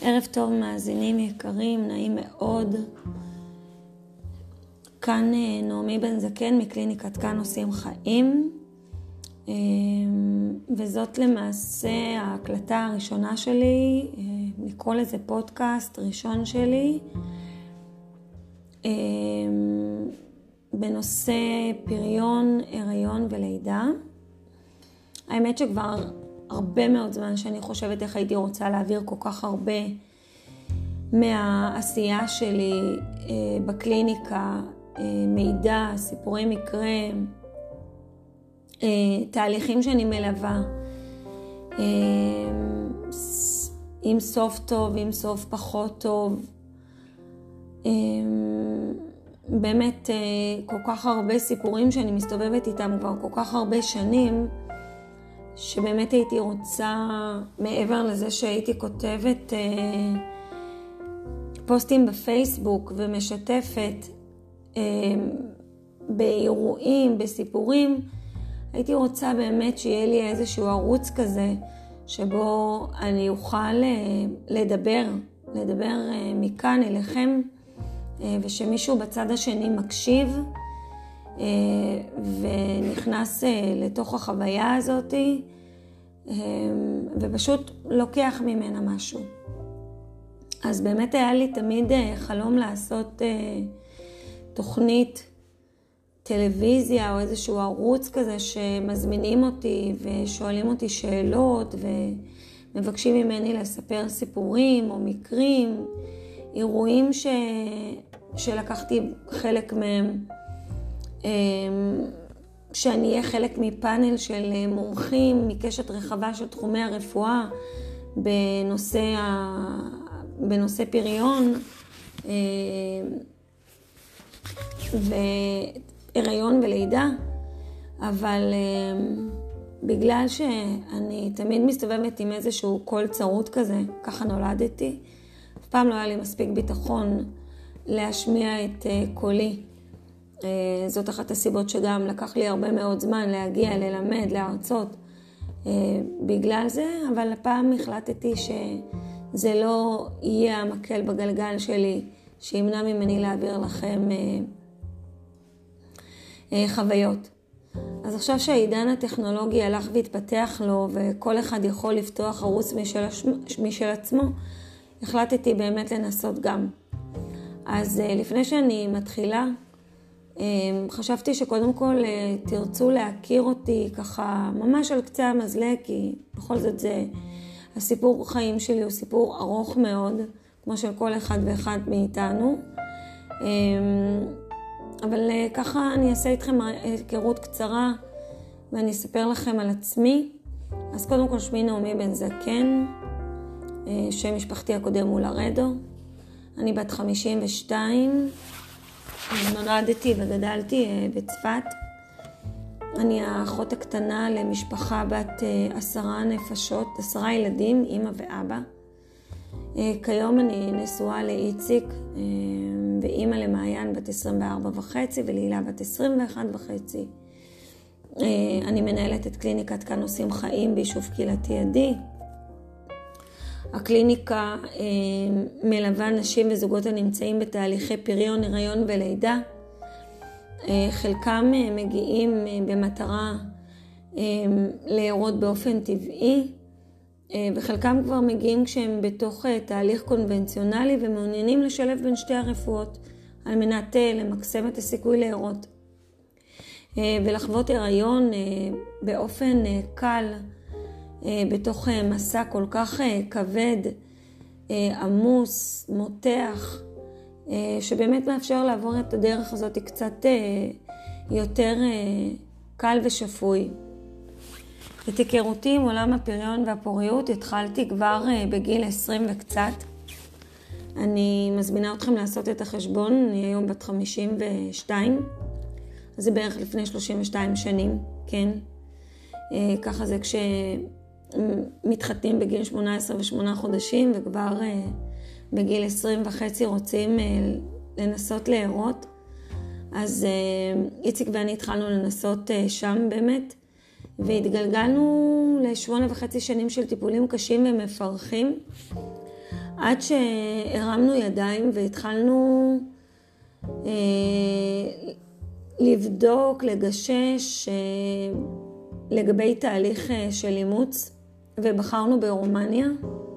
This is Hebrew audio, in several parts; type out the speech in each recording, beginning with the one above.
ערב טוב מאזינים יקרים, נעים מאוד. כאן נעמי בן זקן מקליניקת כאן עושים חיים, וזאת למעשה ההקלטה הראשונה שלי, לקרוא לזה פודקאסט ראשון שלי, בנושא פריון, הריון ולידה. האמת שכבר הרבה מאוד זמן שאני חושבת איך הייתי רוצה להעביר כל כך הרבה מהעשייה שלי בקליניקה, מידע, סיפורי מקרה, תהליכים שאני מלווה, עם סוף טוב, עם סוף פחות טוב. באמת כל כך הרבה סיפורים שאני מסתובבת איתם כבר כל כך הרבה שנים, שבאמת הייתי רוצה, מעבר לזה שהייתי כותבת פוסטים בפייסבוק ומשתפת באירועים, בסיפורים, הייתי רוצה באמת שיהיה לי איזשהו ערוץ כזה, שבו אני אוכל לדבר מכאן אליכם, ושמישהו בצד השני מקשיב, ונכנס לתוך החוויה הזאת, ופשוט לוקח ממנה משהו. אז באמת היה לי תמיד חלום לעשות תוכנית טלוויזיה או איזשהו ערוץ כזה שמזמינים אותי ושואלים אותי שאלות ומבקשים ממני לספר סיפורים או מקרים, אירועים שלקחתי חלק מהם, שאני אהיה חלק מפאנל של מומחים מקשת רחבה של תחומי הרפואה בנושא פריון והיריון ולידה. אבל בגלל שאני תמיד מסתובבת עם איזשהו קול צרות כזה, ככה נולדתי, אף פעם לא היה לי מספיק ביטחון להשמיע את קולי. זאת אחת הסיבות שגם לקח לי הרבה מאוד זמן להגיע, ללמד, להרצות בגלל זה, אבל הפעם החלטתי שזה לא יהיה המקל בגלגל שלי, שימנע ממני להעביר לכם חוויות. אז עכשיו שהעידן הטכנולוגי הלך והתפתח לו, וכל אחד יכול לפתוח ערוץ משל עצמו, החלטתי באמת לנסות גם. אז לפני שאני מתחילה, חשבתי שקודם כל תרצו להכיר אותי ככה ממש על קצה המזלג, כי בכל זאת הסיפור חיים שלי הוא סיפור ארוך מאוד, כמו של כל אחד ואחד מאיתנו. אבל ככה אני אעשה איתכם היכרות קצרה ואני אספר לכם על עצמי. אז קודם כל שמי נעמי בן זקן, שם משפחתי הקודם הוא לרדו. אני בת 52, נולדתי וגדלתי בצפת. אני האחות הקטנה למשפחה בת 10 נפשות, 10 ילדים, אמא ואבא. כיום אני נשואה לאיציק ואמא למעיין בת 24.5 ולילה בת 21.5. אני מנהלת את קליניקת כאן עושים חיים ביישוב קהילתי עדי. הקליניקה מלווה נשים וזוגות הנמצאים בתהליכי פריון, הריון ולידה. חלקם מגיעים במטרה להירות באופן טבעי, וחלקם כבר מגיעים כשהם בתוך תהליך קונבנציונלי ומעוניינים לשלב בין שתי הרפואות על מנת למקסם את הסיכוי להירות ולחוות הריון באופן קל בתוך מסע כל כך כבד, עמוס, מותח, שבאמת מאפשר לעבור את הדרך הזאת קצת יותר קל ושפוי. את היכרותי עם עולם הפריון והפוריות התחלתי כבר בגיל 20 וקצת. אני מזמינה אתכם לעשות את החשבון, אני היום בת 52, אז זה בערך לפני 32 שנים, כן. ככה זה כשמתחתנים בגיל 18 ו8 חודשים, וכבר בגיל 20.5 רוצים לנסות להירות. אז איציק ואני התחלנו לנסות שם באמת, והתגלגלנו ל8.5 שנים של טיפולים קשים ומפרכים, עד שהרמנו ידיים והתחלנו לבדוק, לגשש לגבי תהליך של אימוץ, ובחרנו ברומניה.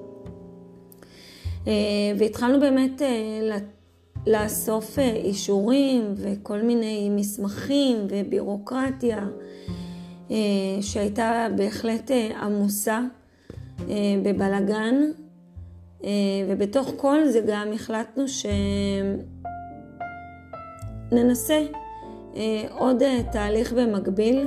והתחלנו באמת לאסוף אישורים וכל מיני מסמכים ובירוקרטיה שהייתה בהחלט עמוסה בבלגן, ובתוך כל זה גם החלטנו שננסה עוד תהליך במקביל.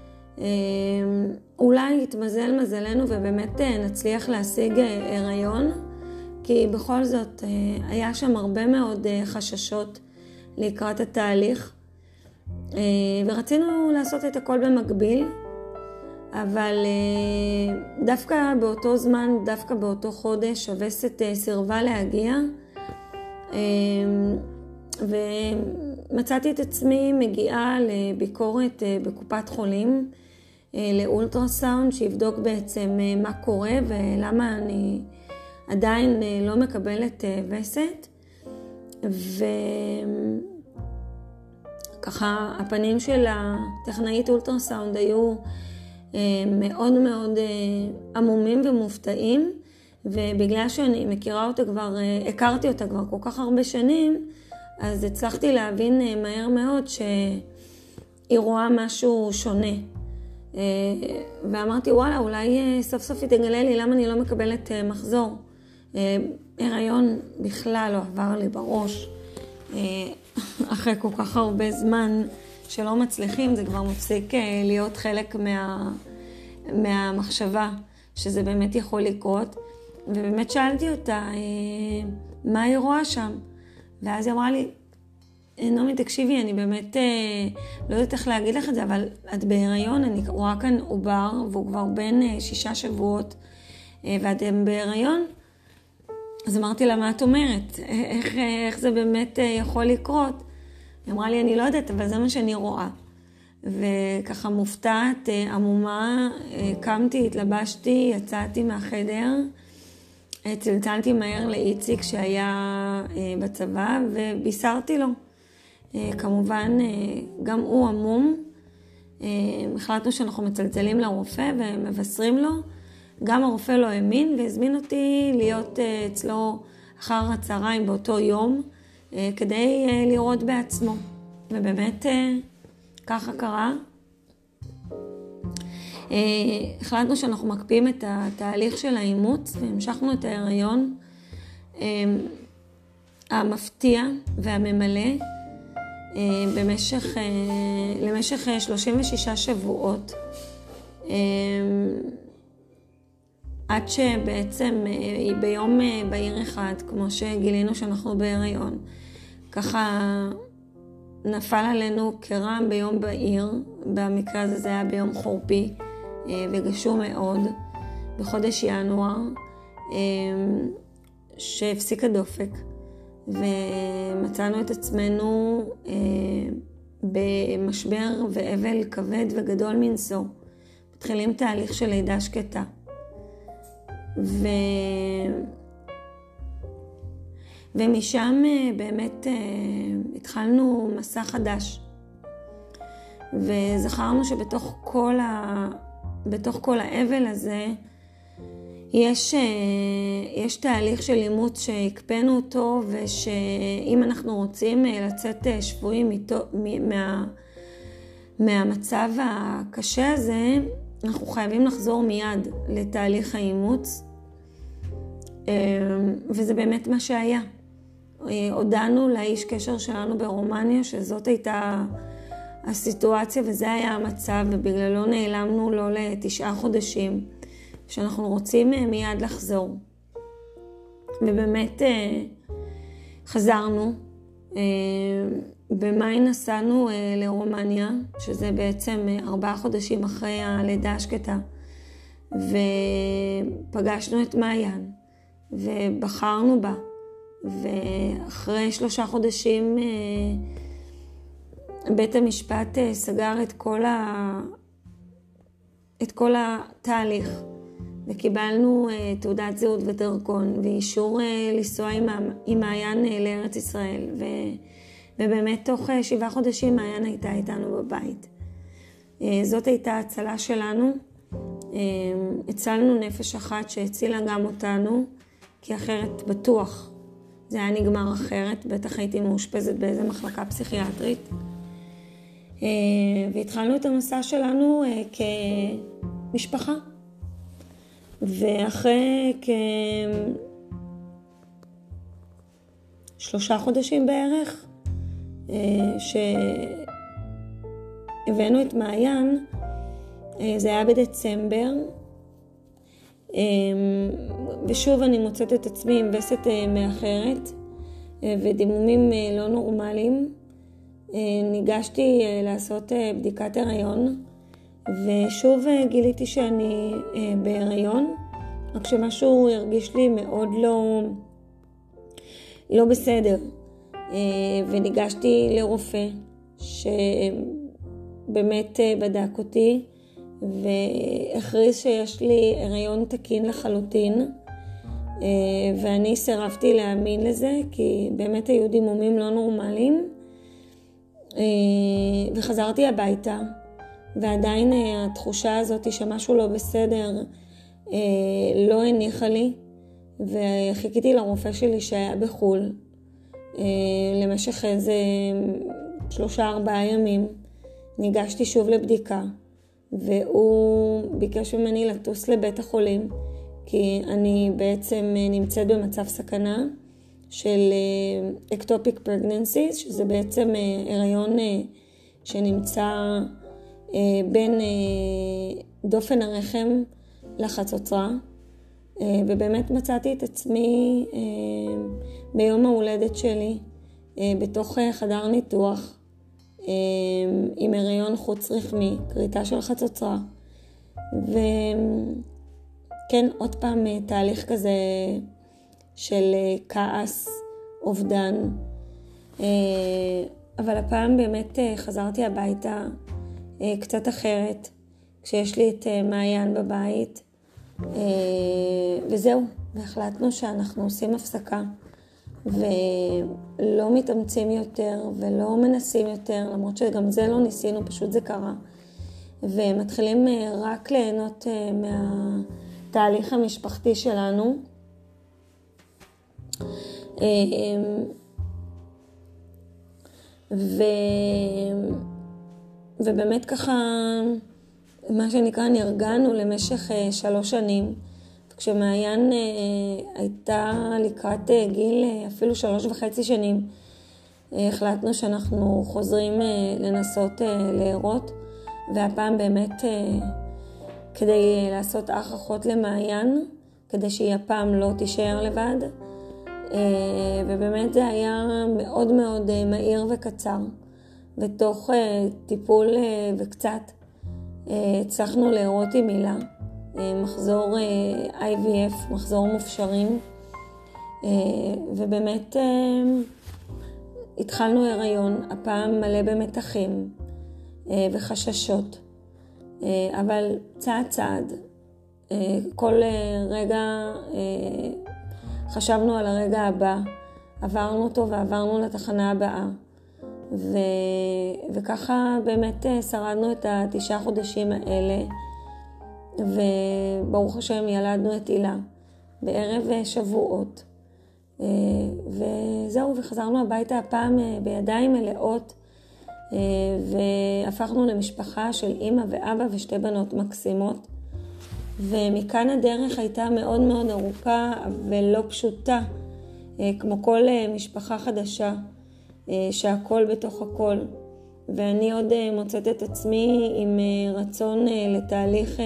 אולי יתמזל מזלנו ובאמת נצליח להשיג הריון, כי בכל זאת היה שם הרבה מאוד חששות לקראת התהליך, ורצינו לעשות את הכל במקביל, אבל דווקא באותו זמן, דווקא באותו חודש, הווסת סירבה להגיע, ומצאתי את עצמי מגיעה לביקורת בקופת חולים, לאולטרסאונד, שיבדוק בעצם מה קורה ולמה אני עדיין לא מקבלת וסת. וככה הפנים של הטכנאית אולטרסאונד היו מאוד מאוד עמומים ומופתעים, ובגלל שאני מכירה אותה כבר, הכרתי אותה כבר כל כך הרבה שנים, אז הצלחתי להבין מהר מאוד שהיא רואה משהו שונה. ואמרתי, וואלה, אולי סוף סוף היא תגלה לי למה אני לא מקבלת מחזור. הריון בכלל לא עבר לי בראש. אחרי כל כך הרבה זמן שלא מצליחים, זה כבר מפסיק להיות חלק מהמחשבה שזה באמת יכול לקרות. ובאמת שאלתי אותה מה היא רואה שם. ואז היא אמרה לי, נעמי, תקשיבי, אני באמת לא יודעת איך להגיד לך את זה, אבל את בהיריון, אני רואה כאן עובר, והוא כבר בין 6 שבועות, ואת בהיריון. אז אמרתי לה, מה את אומרת? איך זה באמת יכול לקרות? היא אמרה לי, אני לא יודעת, אבל זה מה שאני רואה. וככה מופתעת, עמומה, קמתי, התלבשתי, יצאתי מהחדר, צלצלתי מהר לאיציק שהיה בצבא, ובישרתי לו. כמובן, גם הוא עמום. החלטנו שאנחנו מצלצלים לרופא ומבשרים לו. גם הרופא לא האמין והזמין אותי להיות אצלו אחר הצהריים באותו יום, כדי לראות בעצמו. ובאמת ככה קרה. החלטנו שאנחנו מקפיאים את התהליך של האימוץ, והמשכנו את ההיריון המפתיע והממלא למשך 36 שבועות, עד שבעצם ביום בהיר אחד, כמו שגילינו שאנחנו בהיריון, ככה נפל עלינו קרם ביום בהיר. במקרה הזה זה היה ביום חורפי וגשום מאוד, בחודש ינואר, שהפסיק הדופק, ומצאנו את עצמנו במשבר ואבל כבד וגדול מנשוא. מתחילים תהליך של לידה שקטה. ומשם באמת התחלנו מסע חדש. וזכרנו שבתוך כל האבל הזה יש תהליך של אימוץ שהקפאנו אותו, ושאם אנחנו רוצים לצאת שבויים מהמצב הקשה הזה, אנחנו חייבים לחזור מיד לתהליך האימוץ. וזה באמת מה שהיה. הודענו לאיש קשר שלנו ברומניה שזאת הייתה הסיטואציה וזה היה המצב, ובגללו נעלמנו לא ל9 חודשים, שאנחנו רוצים מיד לחזור. ובאמת חזרנו. במאי נסענו לרומניה, שזה בעצם 4 חודשים אחרי הלידה השקטה, ופגשנו את מעיין ובחרנו בה, ואחרי 3 חודשים בית המשפט סגר את כל התהליך, וקיבלנו תעודת זהות ודרכון, ואישור לנסוע עם מעיין לארץ ישראל, ובאמת תוך 7 חודשים מעיין הייתה איתנו בבית. זאת הייתה הצלה שלנו. הצלנו נפש אחת שהצילה גם אותנו, כי אחרת בטוח זה היה נגמר אחרת, בטח הייתי מאושפזת באיזה מחלקה פסיכיאטרית. והתחלנו את המסע שלנו כמשפחה. ואחרי 3 חודשים בערך, שהבאנו את מעיין, זה היה בדצמבר, ושוב אני מוצאת את עצמי עם וסת מאחרת, ודימומים לא נורמליים. ניגשתי לעשות בדיקת הריון, ושוב גיליתי שאני בהיריון, רק שמשהו הרגיש לי מאוד לא בסדר. וניגשתי לרופא שבאמת בדק אותי, והכריז שיש לי הריון תקין לחלוטין, ואני סירבתי להאמין לזה, כי באמת היו דימומים לא נורמליים. וחזרתי הביתה, ועדיין התחושה הזאת שמשהו לא בסדר לא הניחה לי, וחיכיתי לרופא שלי שהיה בחול למשך איזה 3-4 ימים. ניגשתי שוב לבדיקה, והוא ביקש ממני לטוס לבית החולים, כי אני בעצם נמצאת במצב סכנה של אקטופיק פרגננסיס, שזה בעצם הריון שנמצא בין דופן הרחם לחצוצרה, ובאמת מצאתי את עצמי ביום ההולדת שלי בתוך חדר ניתוח עם הריון חוץ רחמי, קריטה של חצוצרה, וכן, עוד פעם תהליך כזה של כעס, אובדן, אבל הפעם באמת חזרתי הביתה קצת אחרת, כשיש לי את מעיין בבית, וזהו, והחלטנו שאנחנו עושים הפסקה, ולא מתאמצים יותר, ולא מנסים יותר, למרות שגם זה לא ניסינו, פשוט זה קרה, ומתחילים רק ליהנות מהתהליך המשפחתי שלנו, ובאמת ככה, מה שנקרא, נרגענו למשך 3 שנים. כשמעיין הייתה לקראת גיל אפילו 3.5 שנים, החלטנו שאנחנו חוזרים לנסות להרות, והפעם באמת כדי לעשות אח אחות למעיין, כדי שהיא הפעם לא תישאר לבד. ובאמת זה היה מאוד מאוד מהיר וקצר, ותוך טיפול וקצת הצלחנו להרות עם מילה, מחזור IVF, מחזור מופשרים, ובאמת התחלנו הריון, הפעם מלא במתחים וחששות, אבל צעד צעד, כל רגע חשבנו על הרגע הבא, עברנו אותו ועברנו לתחנה הבאה, וככה באמת שרדנו את 9 חודשים האלה, וברוך השם ילדנו את הילה בערב שבועות, וזהו, וחזרנו הביתה הפעם בידיים מלאות, והפכנו למשפחה של אמא ואבא ושתי בנות מקסימות, ומכאן הדרך הייתה מאוד מאוד ארוכה ולא פשוטה, כמו כל משפחה חדשה, שהכל בתוך הכל. ואני עוד מוצאת את עצמי עם רצון לתהליך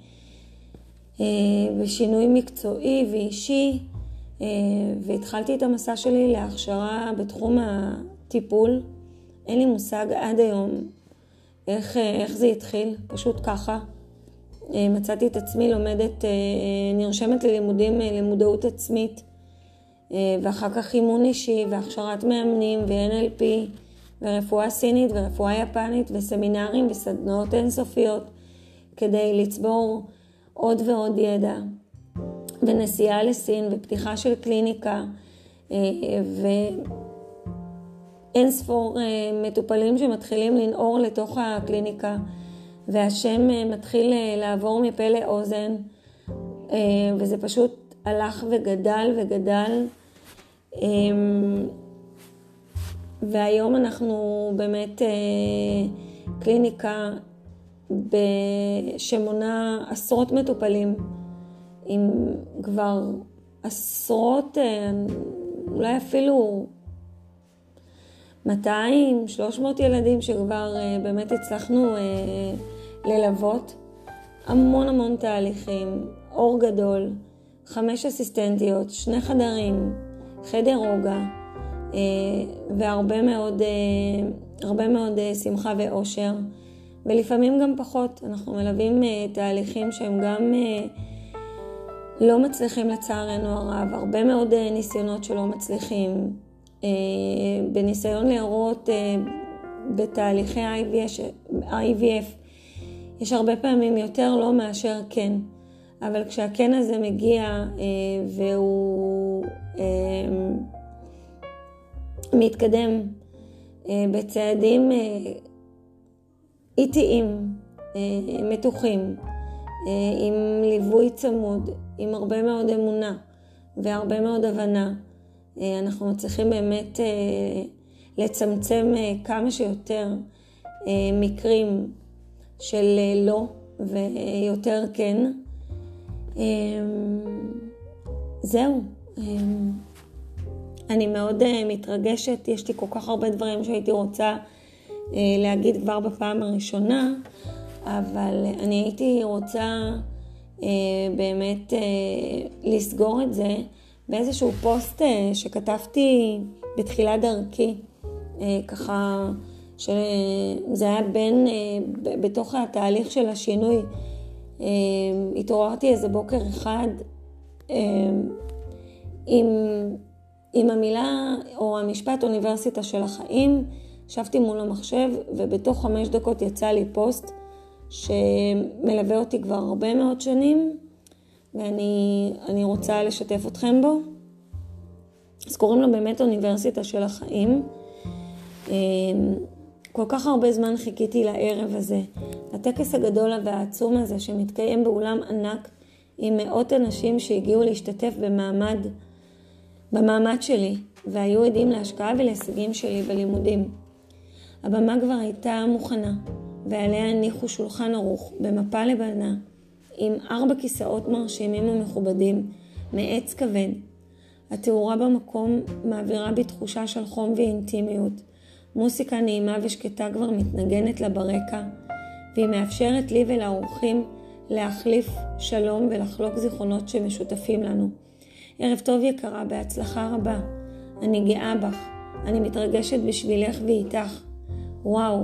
ושינוי מקצועי ואישי, והתחלתי את המסע שלי להכשרה בתחום הטיפול. אין לי מושג עד היום איך זה התחיל, פשוט ככה. מצאתי את עצמי לומדת, נרשמת ללימודים למודעות עצמית, ואחר כך אימון אישי והכשרת מאמנים ו-NLP ורפואה סינית ורפואה יפנית וסמינרים וסדנאות אינסופיות, כדי לצבור עוד ועוד ידע, ונסיעה לסין ופתיחה של קליניקה, ואין ספור מטופלים שמתחילים לנעור לתוך הקליניקה, והשם מתחיל לעבור מפה לאוזן, וזה פשוט הלך וגדל וגדל. והיום אנחנו באמת קליניקה שמונה עשרות מטופלים, עם כבר עשרות, אולי אפילו 200, 300 ילדים שכבר באמת הצלחנו ללוות. המון תהליכים, אור גדול, 5 אסיסטנטיות, 2 חדרים, חדר רוגע, והרבה מאוד שמחה ואושר, ולפעמים גם פחות. אנחנו מלווים תהליכים שהם גם לא מצליחים לצערנו הרב, הרבה מאוד ניסיונות שלא מצליחים, בניסיון להראות בתהליכי IVF יש הרבה פעמים יותר לא מאשר כן, אבל כשהכן הזה מגיע והוא מתקדם בצעדים איטיים, מתוחים, עם ליווי צמוד, עם הרבה מאוד אמונה והרבה מאוד הבנה, אנחנו מצליחים באמת לצמצם כמה שיותר מקרים של לא ויותר כן. זהו. אני מאוד מתרגשת, יש לי כל כך הרבה דברים שהייתי רוצה להגיד כבר בפעם הראשונה, אבל אני הייתי רוצה באמת לסגור את זה באיזשהו פוסט שכתבתי בתחילת דרכי, ככה שזה היה בתוך התהליך של השינוי. התעוררתי איזה בוקר אחד עם המילה או המשפט אוניברסיטה של החיים, ישבתי מול המחשב ובתוך 5 דקות יצא לי פוסט שמלווה אותי כבר הרבה מאוד שנים, ואני רוצה לשתף אתכם בו. אז קוראים לו באמת אוניברסיטה של החיים. כל כך הרבה זמן חיכיתי לערב הזה, לטקס הגדול והעצום הזה שמתקיים באולם ענק עם מאות אנשים שהגיעו להשתתף במעמד שלי, והיו עדים להשקעה ולהישגים שלי בלימודים. הבמה כבר הייתה מוכנה, ועליה הניחו שולחן ערוך במפה לבנה, עם 4 כיסאות מרשימים ומכובדים מעץ כבד. התאורה במקום מעבירה בתחושה של חום ואינטימיות. מוסיקה נעימה ושקטה כבר מתנגנת לה ברקע, והיא מאפשרת לי ולאורחים להחליף שלום ולחלוק זיכרונות שמשותפים לנו. ערב טוב יקרה, בהצלחה רבה. אני גאה בך, אני מתרגשת בשבילך ואיתך. וואו,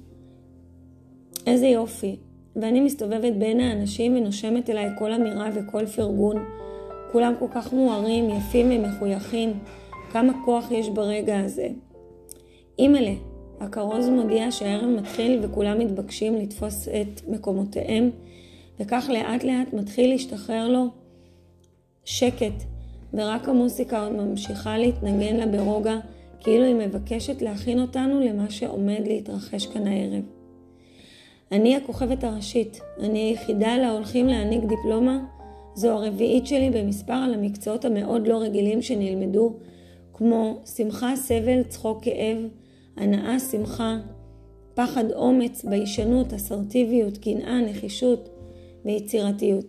איזה יופי. ואני מסתובבת בין האנשים ונושמת אליי כל אמירה וכל פרגון. כולם כל כך מוארים, יפים ומחויכים. כמה כוח יש ברגע הזה. אימאלה, הכרוז מודיע שהערב מתחיל וכולם מתבקשים לתפוס את מקומותיהם, וכך לאט לאט מתחיל להשתחרר לו שקט, ורק המוסיקה עוד ממשיכה להתנגן לה ברוגע, כאילו היא מבקשת להכין אותנו למה שעומד להתרחש כאן הערב. אני הכוכבת הראשית, אני היחידה לה הולכים להעניק דיפלומה, זו הרביעית שלי במספר על המקצועות המאוד לא רגילים שנלמדו, כמו שמחה, סבל, צחוק, כאב, הנאה, שמחה, פחד, אומץ, ביישנות, אסרטיביות, קנאה, נחישות ויצירתיות.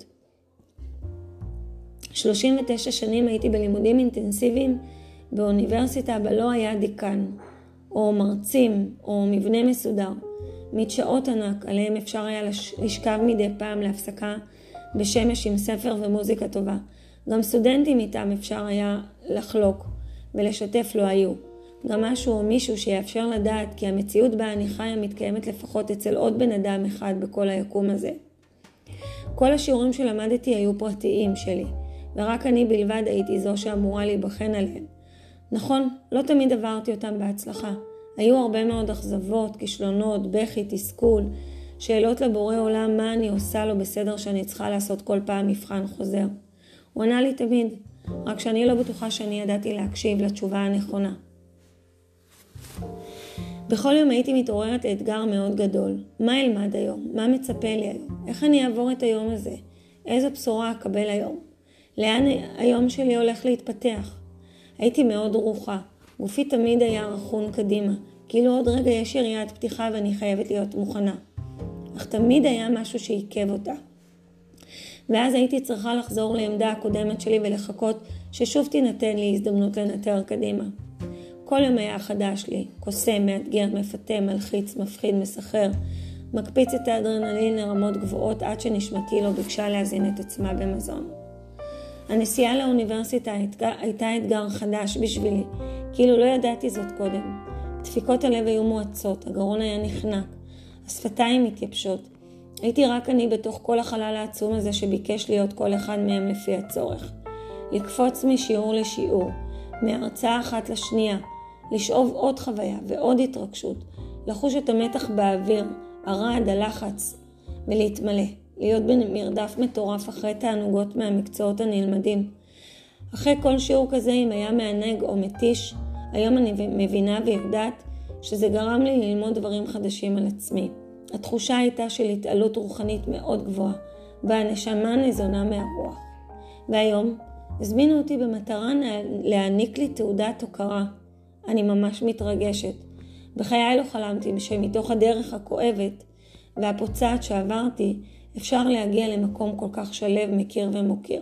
39 שנים הייתי בלימודים אינטנסיביים באוניברסיטה, אבל לא היה דיקן, או מרצים, או מבנה מסודר. מדשאות ענק, עליהם אפשר היה לשכב מדי פעם להפסקה בשמש עם ספר ומוזיקה טובה. גם סטודנטים איתם אפשר היה לחלוק ולשתף לא היו. גם משהו או מישהו שיאפשר לדעת כי המציאות בה אני חיה מתקיימת לפחות אצל עוד בן אדם אחד בכל היקום הזה. כל השיעורים שלמדתי היו פרטיים שלי, ורק אני בלבד הייתי זו שאמורה להיבחן עליהם. נכון, לא תמיד עברתי אותם בהצלחה. היו הרבה מאוד אכזבות, כישלונות, בכי, תסכול, שאלות לבורא עולם מה אני עושה לו בסדר שאני צריכה לעשות כל פעם מבחן חוזר. הוא ענה לי תמיד, רק שאני לא בטוחה שאני ידעתי להקשיב לתשובה הנכונה. בכל יום הייתי מתעוררת לאתגר מאוד גדול. מה אלמד היום? מה מצפה לי היום? איך אני אעבור את היום הזה? איזו בשורה אקבל היום? לאן היום שלי הולך להתפתח? הייתי מאוד רוחה. גופי תמיד היה רכון קדימה. כאילו עוד רגע יש יריית פתיחה ואני חייבת להיות מוכנה. אך תמיד היה משהו שעיכב אותה. ואז הייתי צריכה לחזור לעמדה הקודמת שלי ולחכות ששוב תינתן לי הזדמנות לנטר קדימה. כל יום היה חדש לי, קוסם, מאתגר, מפתה, מלחיץ, מפחיד, מסחרר, מקפיץ את האדרנלין לרמות גבוהות עד שנשמתי לא ביקשה להזין את עצמה במזון. הנסיעה לאוניברסיטה הייתה אתגר חדש בשבילי, כאילו לא ידעתי זאת קודם. דפיקות הלב היו מועצות, הגרון היה נחנק, השפתיים מתייבשות. הייתי רק אני בתוך כל החלל העצום הזה שביקש להיות כל אחד מהם לפי הצורך. לקפוץ משיעור לשיעור, מהרצאה אחת לשנייה, לשאוב עוד חוויה ועוד התרגשות, לחוש את המתח באוויר, הרעד, הלחץ, ולהתמלא, להיות במרדף מטורף אחרי תענוגות מהמקצועות הנלמדים. אחרי כל שיעור כזה, אם היה מענג או מתיש, היום אני מבינה ויודעת שזה גרם לי ללמוד דברים חדשים על עצמי. התחושה הייתה של התעלות רוחנית מאוד גבוהה, והנשמה ניזונה מהרוח. והיום הזמינו אותי במטרה להעניק לי תעודת הוקרה. אני ממש מתרגשת. בחיי לא חלמתי שמתוך הדרך הכואבת והפוצעת שעברתי, אפשר להגיע למקום כל כך שלב, מכיר ומוקיר.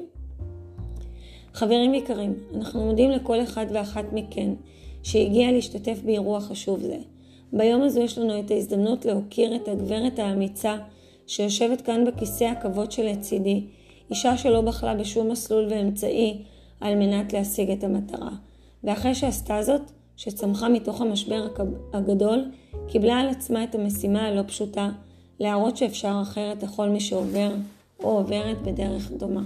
חברים יקרים, אנחנו מודים לכל אחד ואחת מכן שהגיע להשתתף באירוע חשוב זה. ביום הזה יש לנו את ההזדמנות להוקיר את הגברת האמיצה שיושבת כאן בכיסא הכבוד שלצידי, אישה שלא בחלה בשום מסלול ואמצעי על מנת להשיג את המטרה. ואחרי שעשתה זאת, שצמחה מתוך המשבר הגדול, קיבלה על עצמה את המשימה הלא פשוטה, להראות שאפשר אחרת לכל מי שעובר או עוברת בדרך דומה.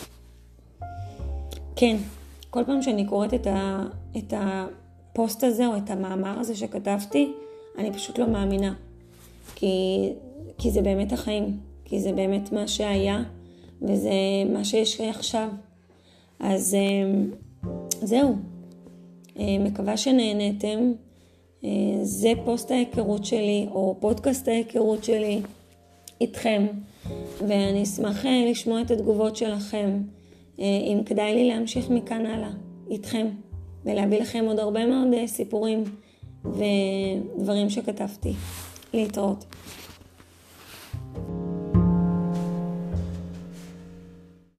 כן, כל פעם שאני קוראת את הפוסט הזה או את המאמר הזה שכתבתי, אני פשוט לא מאמינה. כי זה באמת החיים, כי זה באמת מה שהיה, וזה מה שיש לי עכשיו. אז זהו. מקווה שנהנתם. זה פוסט ההיכרות שלי, או פודקאסט ההיכרות שלי איתכם. ואני אשמח לשמוע את התגובות שלכם, אם כדאי לי להמשיך מכאן הלאה איתכם, ולהביא לכם עוד הרבה מאוד סיפורים ודברים שכתבתי. להתראות.